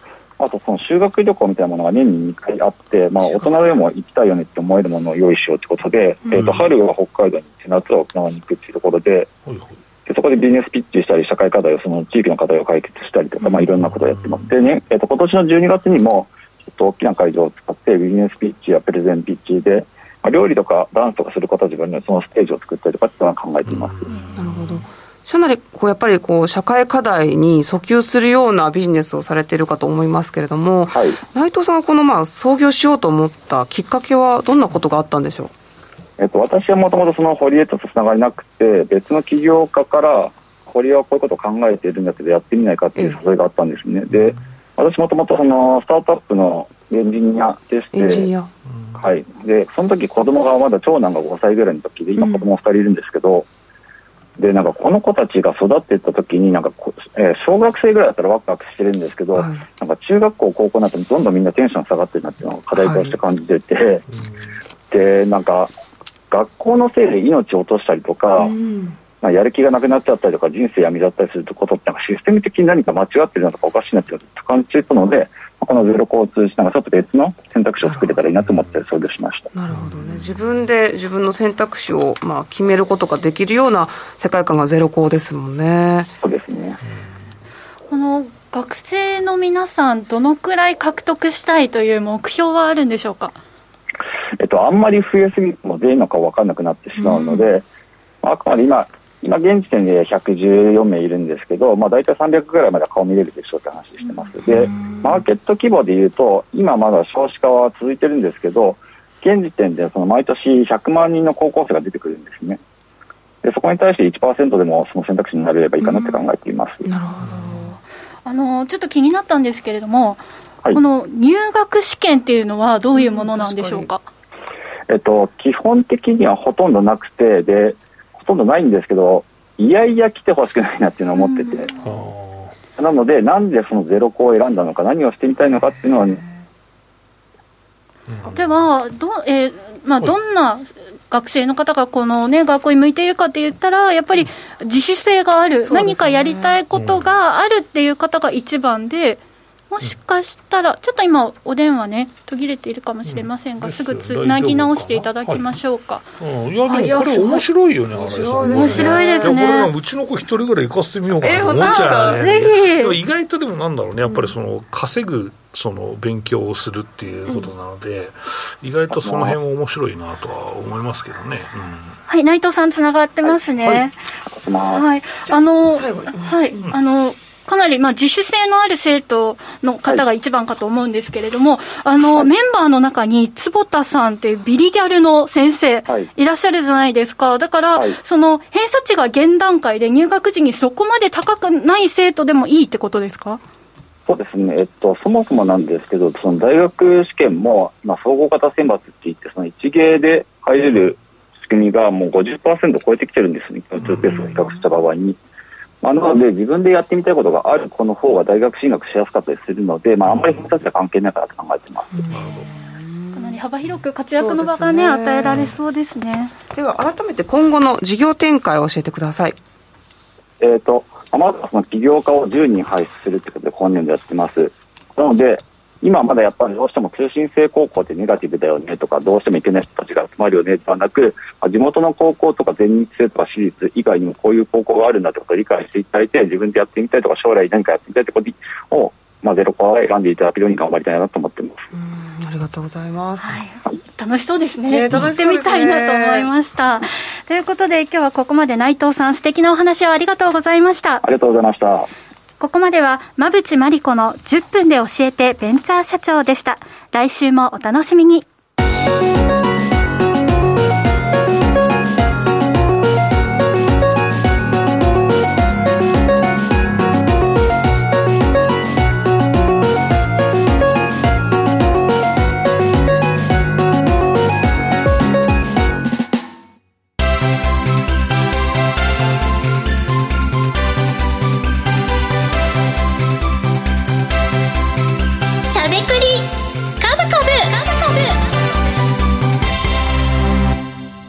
あとその修学旅行みたいなものが年に2回あって、まあ、大人でも行きたいよねって思えるものを用意しようということで、春は北海道に行って夏は沖縄に行くっていうところで、でそこでビジネスピッチしたり社会課題をその地域の課題を解決したりとか、まあ、いろんなことをやってます。でね、今年の12月にもちょっと大きな会場を使ってビジネスピッチやプレゼンピッチで、まあ、料理とかダンスとかする方自分にそのステージを作ったりとかっていうのは考えています。 なるほど。かなりやっぱり社会課題に訴求するようなビジネスをされているかと思いますけれども、はい、内藤さんが創業しようと思ったきっかけはどんなことがあったんでしょう。 私はもともとその堀江とつながりなくて、別の起業家から堀江はこういうことを考えているんだけどやってみないかっていう誘いがあったんですね。で、私もともとそのスタートアップのエンジニアでして、はい、でその時子供がまだ長男が5歳ぐらいの時で、今子供2人いるんですけど、でなんかこの子たちが育っていった時になんか小学生ぐらいだったらワクワクしてるんですけど、はい、なんか中学校高校になってどんどんみんなテンション下がってるなっていうのを課題として感じてて、はい、でなんか学校のせいで命を落としたりとか、まあ、やる気がなくなっちゃったりとか人生闇だったりすることってなんかシステム的に何か間違ってるのとかおかしいなって感じていたので、このゼロコを通じてなんかちょっと別の選択肢を作れたらいいなと思って創業しました。 なるほどね。自分で自分の選択肢を決めることができるような世界観がゼロコですもんね。 そうですね。 この学生の皆さんどのくらい獲得したいという目標はあるんでしょうか。 あんまり増えすぎてもいいのか分からなくなってしまうので、あくまで今現時点で114名いるんですけど、まあ、大体300ぐらいまで顔見れるでしょうって話してます。で、マーケット規模でいうと今まだ少子化は続いてるんですけど、現時点でその毎年100万人の高校生が出てくるんですね。でそこに対して 1% でもその選択肢になれればいいかなって考えています。 なるほど。ちょっと気になったんですけれども、はい、この入学試験っていうのはどういうものなんでしょうか。 基本的にはほとんどなくて、でほとんどないんですけど、いやいや来てほしくないなっていうのを思ってて、なのでなんでそのゼロコを選んだのか、何をしてみたいのかっていうのは、ね、 ではどんな学生の方がこの、ね、学校に向いているかって言ったら、やっぱり自主性がある、何かやりたいことがあるっていう方が一番で、もしかしたらちょっと今お電話ね途切れているかもしれませんが、すぐつなぎ直していただきましょうか。 いやでもこれ面白いよね。面白いですね。 これうちの子一人ぐらい行かせてみようかなと思っちゃうね。でも意外とでもなんだろうね、やっぱりその稼ぐその勉強をするっていうことなので、意外とその辺も面白いなとは思いますけどね。 はい、内藤さんつながってますね。はい、かなり自主性のある生徒の方が一番かと思うんですけれども、メンバーの中に坪田さんっていうビリギャルの先生いらっしゃるじゃないですか。だから、その偏差値が現段階で入学時にそこまで高くない生徒でもいいってことですか。 そうですね、そもそもなんですけど、その大学試験も、総合型選抜って言って、その一芸で入れる仕組みがもう 50% 超えてきてるんですね、共通テストを比較した場合に。なので自分でやってみたいことがある子の方が大学進学しやすかったりするので、あんまり偏差値は関係ないかなと考えています。 かなり幅広く活躍の場がね、与えられそうですね。 では改めて今後の事業展開を教えてください。 まずはその起業家を10人輩出するということで今年度やってます。なので今まだやっぱりどうしても通信制高校ってネガティブだよねとか、どうしてもいけない人たちが集まるよねではなく、地元の高校とか全日制とか私立以外にもこういう高校があるんだということを理解していただいて、自分でやってみたいとか将来何かやってみたいということを、ゼロコアを選んでいただけるように頑張りたいなと思っています。 ありがとうございます。 楽しそうですね。行ってみたいなと思いました。ということで今日はここまで内藤さん、素敵なお話をありがとうございました。 ありがとうございました。 ここまでは馬淵真理子の10分で教えてベンチャー社長でした。来週もお楽しみに。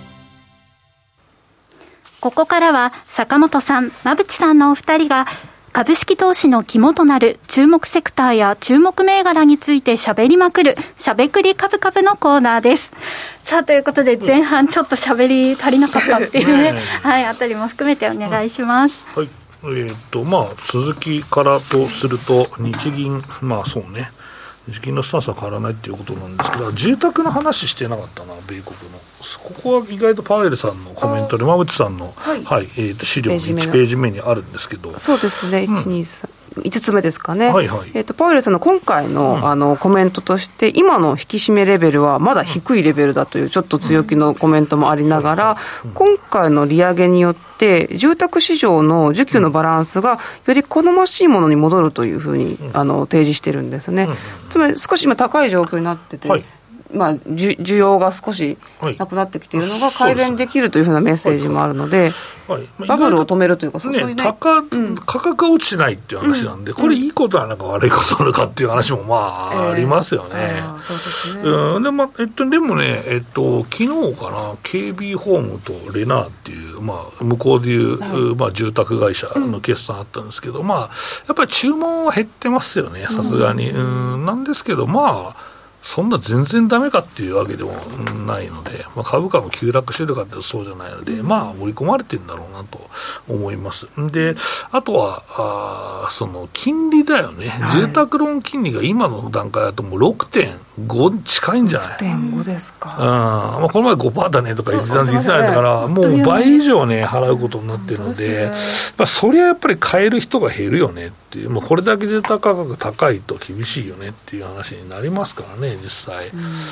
ここからは坂本さん、馬淵さんのお二人が株式投資の肝となる注目セクターや注目銘柄について喋りまくるしゃべくり株株のコーナーです。さあということで前半ちょっと喋り足りなかったっていうね、はい、あたりも含めてお願いします。 はい、続きからとすると日銀そうね、日銀のスタンスは変わらないっていうことなんですけど、住宅の話してなかったな、米国の。ここは意外とパウエルさんのコメントで馬渕さんの、資料の1ページ目にあるんですけど、 そうですね、5つ目ですかね、 はいはい、 パウエルさんの今回の、コメントとして、今の引き締めレベルはまだ低いレベルだというちょっと強気のコメントもありながら、今回の利上げによって住宅市場の需給のバランスがより好ましいものに戻るというふうに提示してるんですね。つまり少し今高い状況になってて、需要が少しなくなってきているのが改善できるというふうなメッセージもあるので、バブルを止めるというか、そういう価格が落ちてないっていう話なんで、これいいことなのか悪いことなのかっていう話もありますよね。でもね、昨日かな、KB ホームとレナーっていう、向こうでいう、住宅会社の決算あったんですけど、やっぱり注文は減ってますよね、さすがに。なんですけど、そんな全然ダメかっていうわけでもないので、株価も急落してるかってそうじゃないので、織り込まれてるんだろうなと思います。で、あとはその金利だよね、住宅ローン金利が今の段階だともう 6.5 近いんじゃない？ 6.5 ですか。 この前 5% だねとか言ってたんだから、もう倍以上ね払うことになってるので、そりゃやっぱり買える人が減るよねっていう、これだけ住宅価格高いと厳しいよねっていう話になりますからね、実際。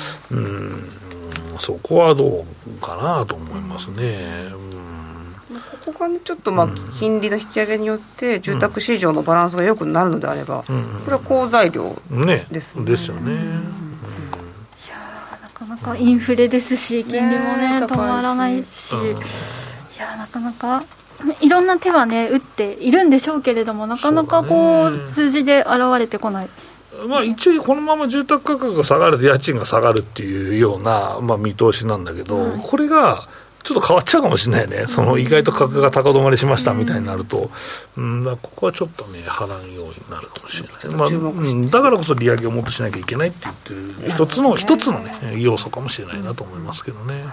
そこはどうかなと思いますね。 ここが、ちょっと金利の引き上げによって住宅市場のバランスが良くなるのであれば、これは好材料ですね。 ですよね。 なかなかインフレですし、金利もね止まらないし、なかなかいろんな手はね打っているんでしょうけれども、なかなか数字で現れてこない。 一応このまま住宅価格が下がると家賃が下がるっていうような、見通しなんだけど、これがちょっと変わっちゃうかもしれないね。その意外と価格が高止まりしましたみたいになると、ここはちょっとね波乱要因になるかもしれない。だからこそ利上げをもっとしなきゃいけないって言ってる一つのね要素かもしれないなと思いますけどね。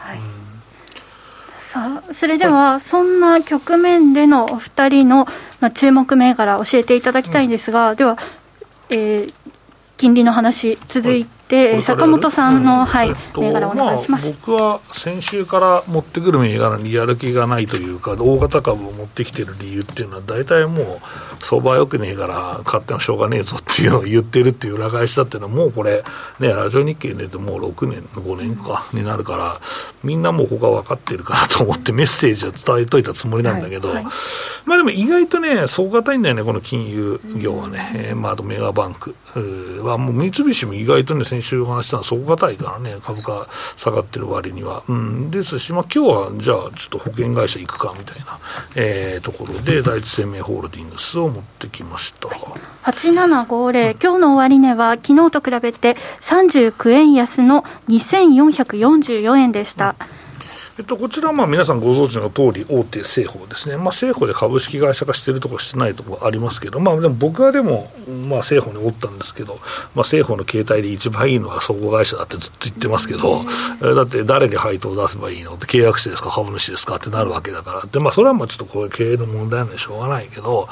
さあ、それでは、そんな局面でのお二人の、注目銘柄教えていただきたいんですが、では、金利の話続いて、坂本さんの、銘柄お願いします。 僕は先週から持ってくる銘柄にやる気がないというか、大型株を持ってきてる理由っていうのは大体もう相場良くねえから買ってもしょうがねえぞっていうのを言ってるっていう裏返しだっていうのはもうこれね、ラジオ日経でもう6年5年かになるから、みんなもうここは分かってるかなと思ってメッセージは伝えといたつもりなんだけど、でも意外とね底堅いんだよね、この金融業はね。あとメガバンクはもう三菱も意外とね、先週お話したのは底堅いからね、株価下がってる割には、ですし、今日はじゃあちょっと保険会社行くかみたいな、ところで第一生命ホールディングスを持ってきました。 8750、今日の終値は昨日と比べて39円安の2444円でした。 こちらは皆さんご存知の通り大手生保ですね。生保で株式会社化してるところしてないところありますけど、でも僕はでも生保におったんですけど、生保の携帯で一番いいのは総合会社だってずっと言ってますけど、だって誰に配当を出せばいいのって、契約者ですか株主ですかってなるわけだから。で、それはちょっとこういう経営の問題なんでしょうがないけど、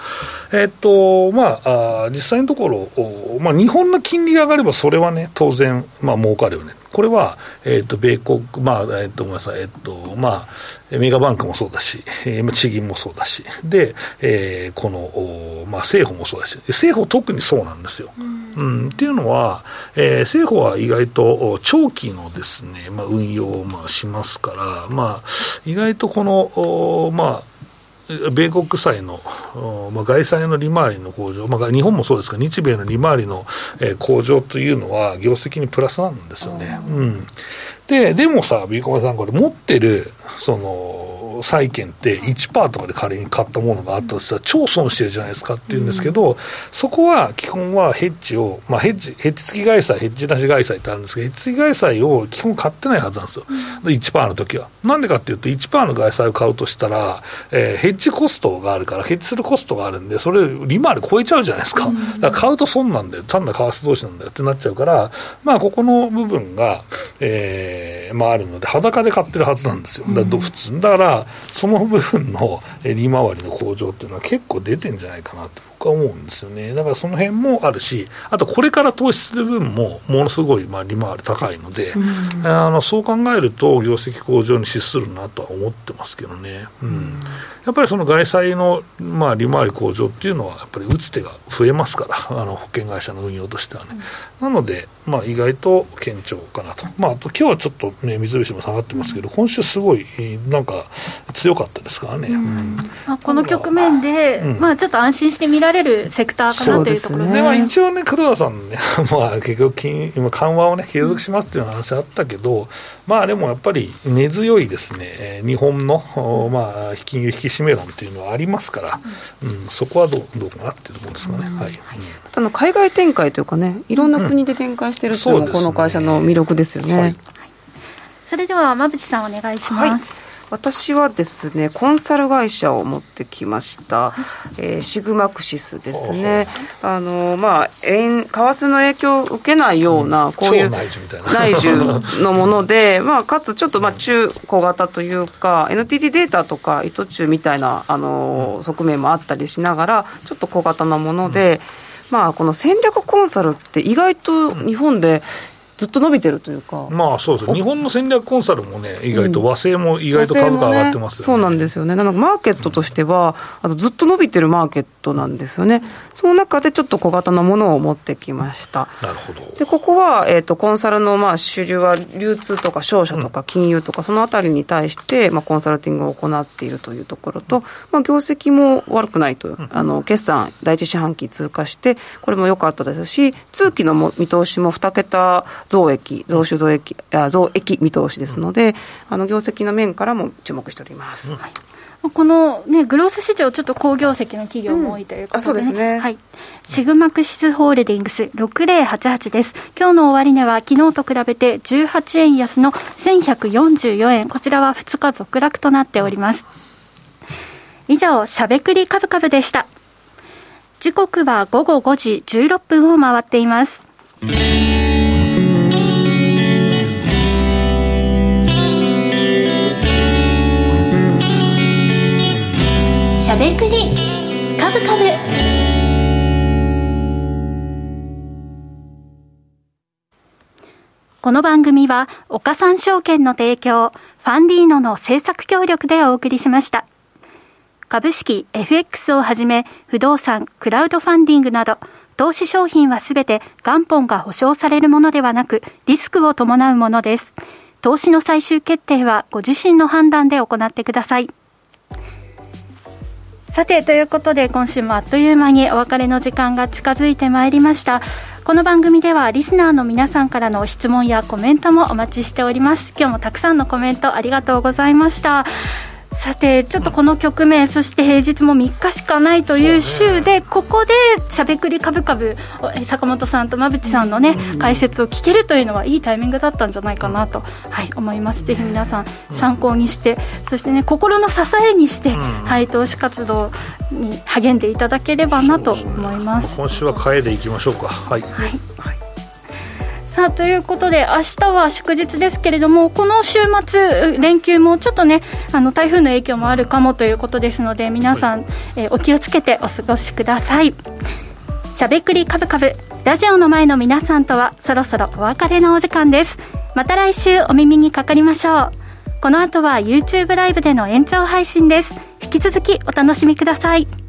実際のところ、日本の金利が上がればそれはね当然儲かるよね。これは、米国、ごめんなさい、メガバンクもそうだし、地銀もそうだし、で、この、政府もそうだし、政府特にそうなんですよ。っていうのは、政府は意外と長期のですね、運用をしますから、意外とこの、米国債の、外債の利回りの向上、日本もそうですが日米の利回りの、向上というのは業績にプラスなんですよね。でもさ、ビーコマさんこれ持ってるその債券って 1% とかで仮に買ったものがあったとしたら超損してるじゃないですかって言うんですけど、そこは基本はヘッジを、ヘッジ付き外債、ヘッジなし外債ってあるんですけど、ヘッジ付き外債を基本買ってないはずなんですよ、1% の時は。なんでかっていうと 1% の外債を買うとしたら、ヘッジコストがあるから、ヘッジするコストがあるんで、それ利回り超えちゃうじゃないですか。だから買うと損なんだよ、単な為替投資なんだよってなっちゃうから、ここの部分が、あるので裸で買ってるはずなんですよ。普通だからその部分の利回りの向上っていうのは結構出てんじゃないかなって僕は思うんですよね。だからその辺もあるし、あとこれから投資する分もものすごい利回り高いので、そう考えると業績向上に資するなとは思ってますけどね。やっぱりその外債の利回り向上っていうのはやっぱり打つ手が増えますから、保険会社の運用としてはね。なので意外と堅調かなと。あと今日はちょっとね三菱も下がってますけど、今週すごいなんか強かったですからね。 この局面で、ちょっと安心して見られるセクターかなというところで、 一応ね黒田さんね結局今緩和をね継続しますっていう話あったけど、でもやっぱり根強いですね、日本の金融引き締め論っていうのはありますから、そこはどうかなっていうところですかね。 海外展開というかね、いろんな国で展開しているというのもこの会社の魅力ですよね。 それでは馬渕さんお願いします。 私はですねコンサル会社を持ってきました、シグマクシスですね。為替の影響を受けないようなこういう内需のものでかつちょっと中小型というか NTT データとか糸中みたいな側面もあったりしながらちょっと小型なもので、この戦略コンサルって意外と日本でずっと伸びてるというか、 そうです。日本の戦略コンサルもね、意外と和製も意外と株価上がってますよね。 そうなんですよね。なのでマーケットとしてはずっと伸びてるマーケットなんですよね。その中でちょっと小型なものを持ってきました。 なるほど。 でここは、コンサルの主流は流通とか商社とか金融とかそのあたりに対して、コンサルティングを行っているというところと、業績も悪くないと、決算第一四半期通過してこれも良かったですし、通期の見通しも2桁増益見通しですので、業績の面からも注目しております。 この、グロース市場ちょっと好業績の企業も多いということで、 そうですね。 シグマクシスホールディングス6088です。今日の終値は昨日と比べて18円安の1144円、こちらは2日続落となっております。以上しゃべくりカブカブでした。時刻は午後5時16分を回っています。しゃべくりカブカブ。この番組は岡三証券の提供、ファンディーノの制作協力でお送りしました。株式 FX をはじめ不動産、クラウドファンディングなど投資商品はすべて元本が保証されるものではなくリスクを伴うものです。投資の最終決定はご自身の判断で行ってください。さて、ということで今週もあっという間にお別れの時間が近づいてまいりました。この番組ではリスナーの皆さんからの質問やコメントもお待ちしております。今日もたくさんのコメントありがとうございました。さて、ちょっとこの局面、そして平日も3日しかないという週で、ここでしゃべくりカブカブ、坂本さんと馬渕さんのね、解説を聞けるというのはいいタイミングだったんじゃないかなと、思います。ぜひ皆さん参考にして、そしてね、心の支えにして、投資活動に励んでいただければなと思います。 今週は替えでいきましょうか。 さあ、ということで明日は祝日ですけれども、この週末連休もちょっとね、台風の影響もあるかもということですので、皆さん、お気をつけてお過ごしください。しゃべくりカブカブ、ラジオの前の皆さんとはそろそろお別れのお時間です。また来週お耳にかかりましょう。この後は YouTube ライブでの延長配信です。引き続きお楽しみください。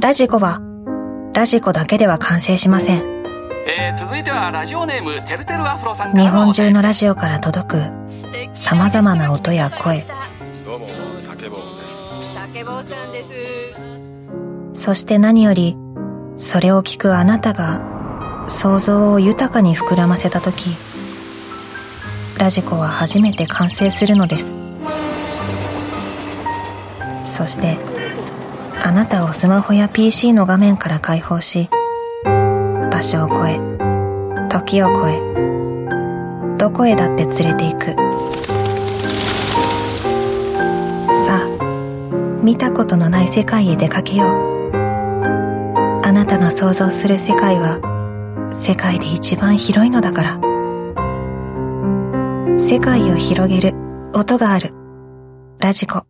ラジコはラジコだけでは完成しません。 続いてはラジオネームてるてるアフロさんから日本中のラジオから届くさまざまな音や声、 どうも竹坊です。竹坊さんです。 そして何よりそれを聞くあなたが想像を豊かに膨らませたとき、ラジコは初めて完成するのです。そしてあなたをスマホや PC の画面から解放し、場所を超え時を超えどこへだって連れて行く。さあ、見たことのない世界へ出かけよう。あなたの想像する世界は世界で一番広いのだから。世界を広げる音があるラジコ。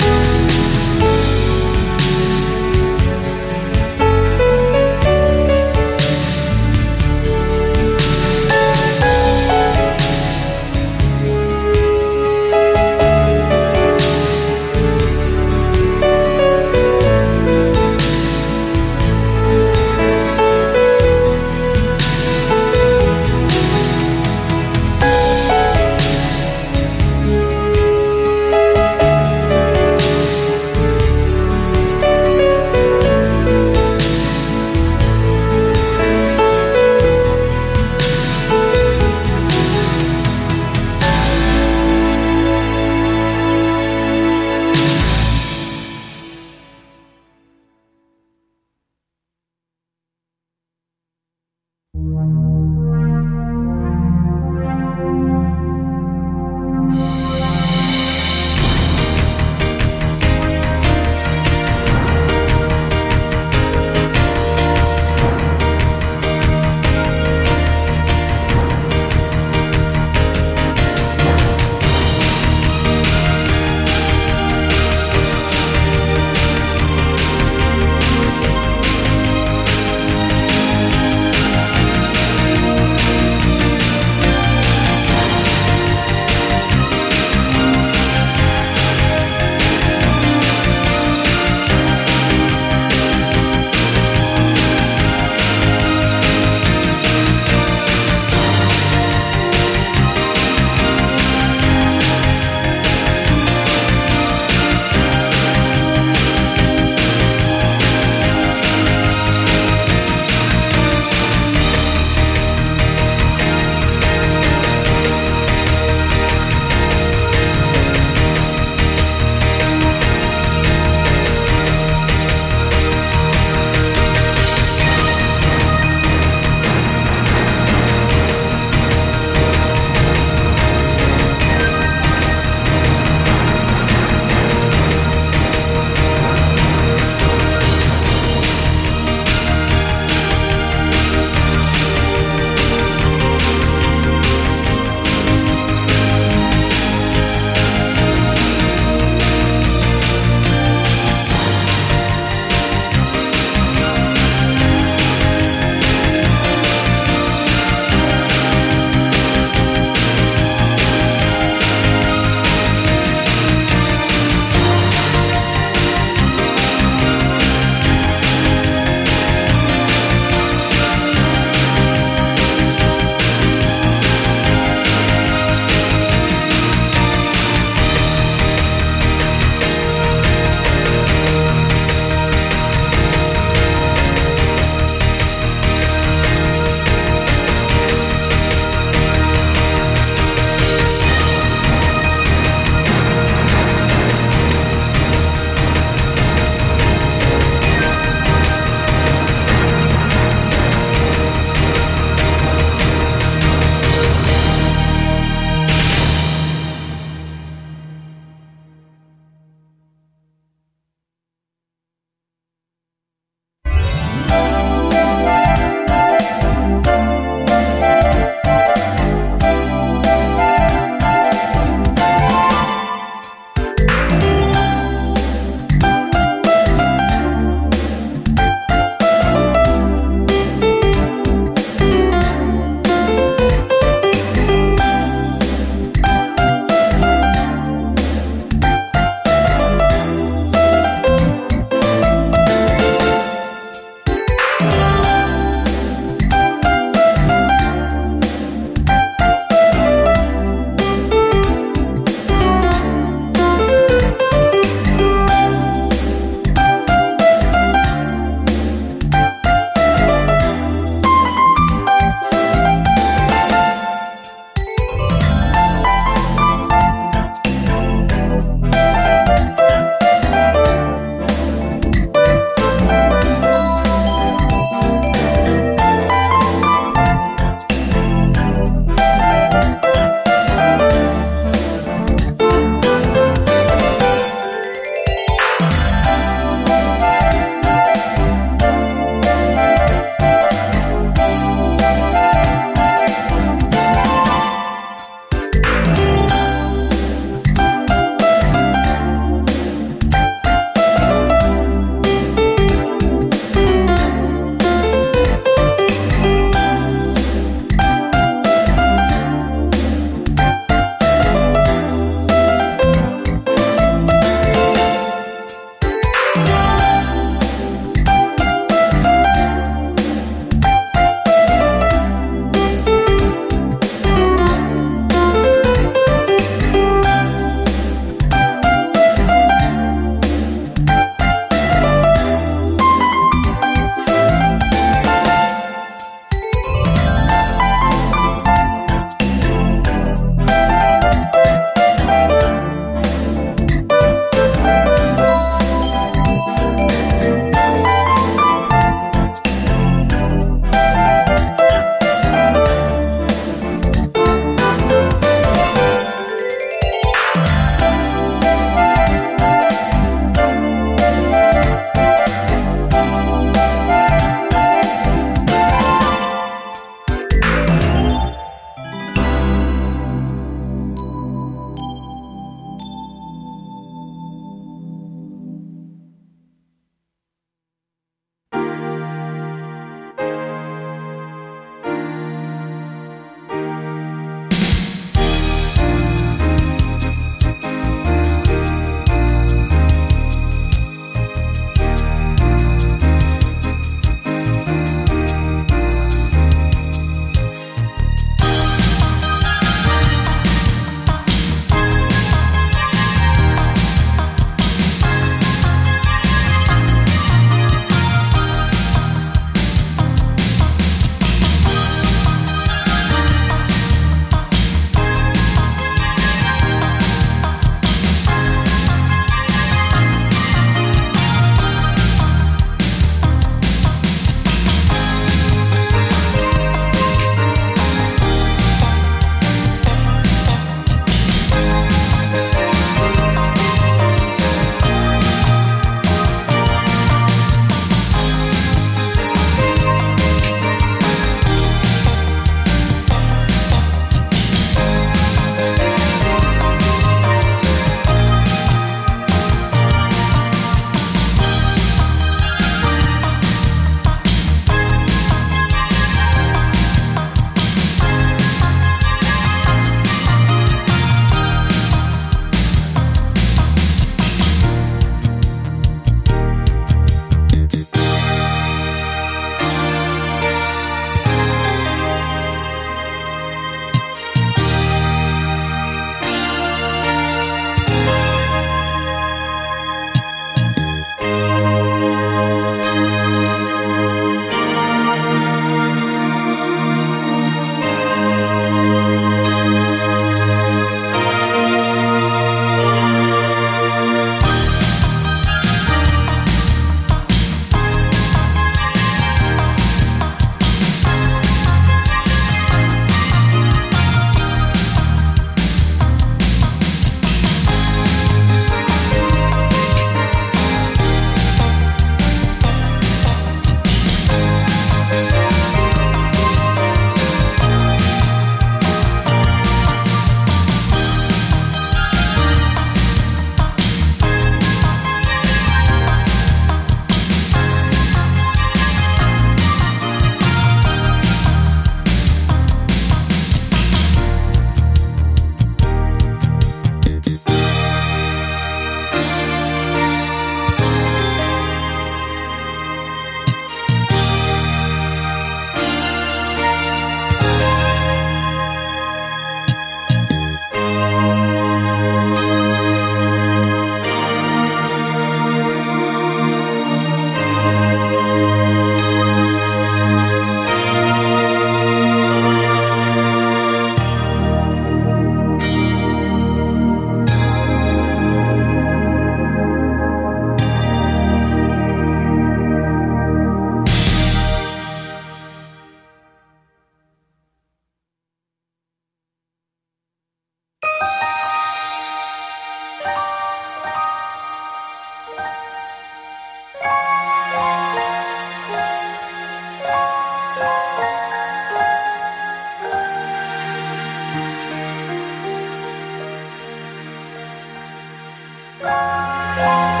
ー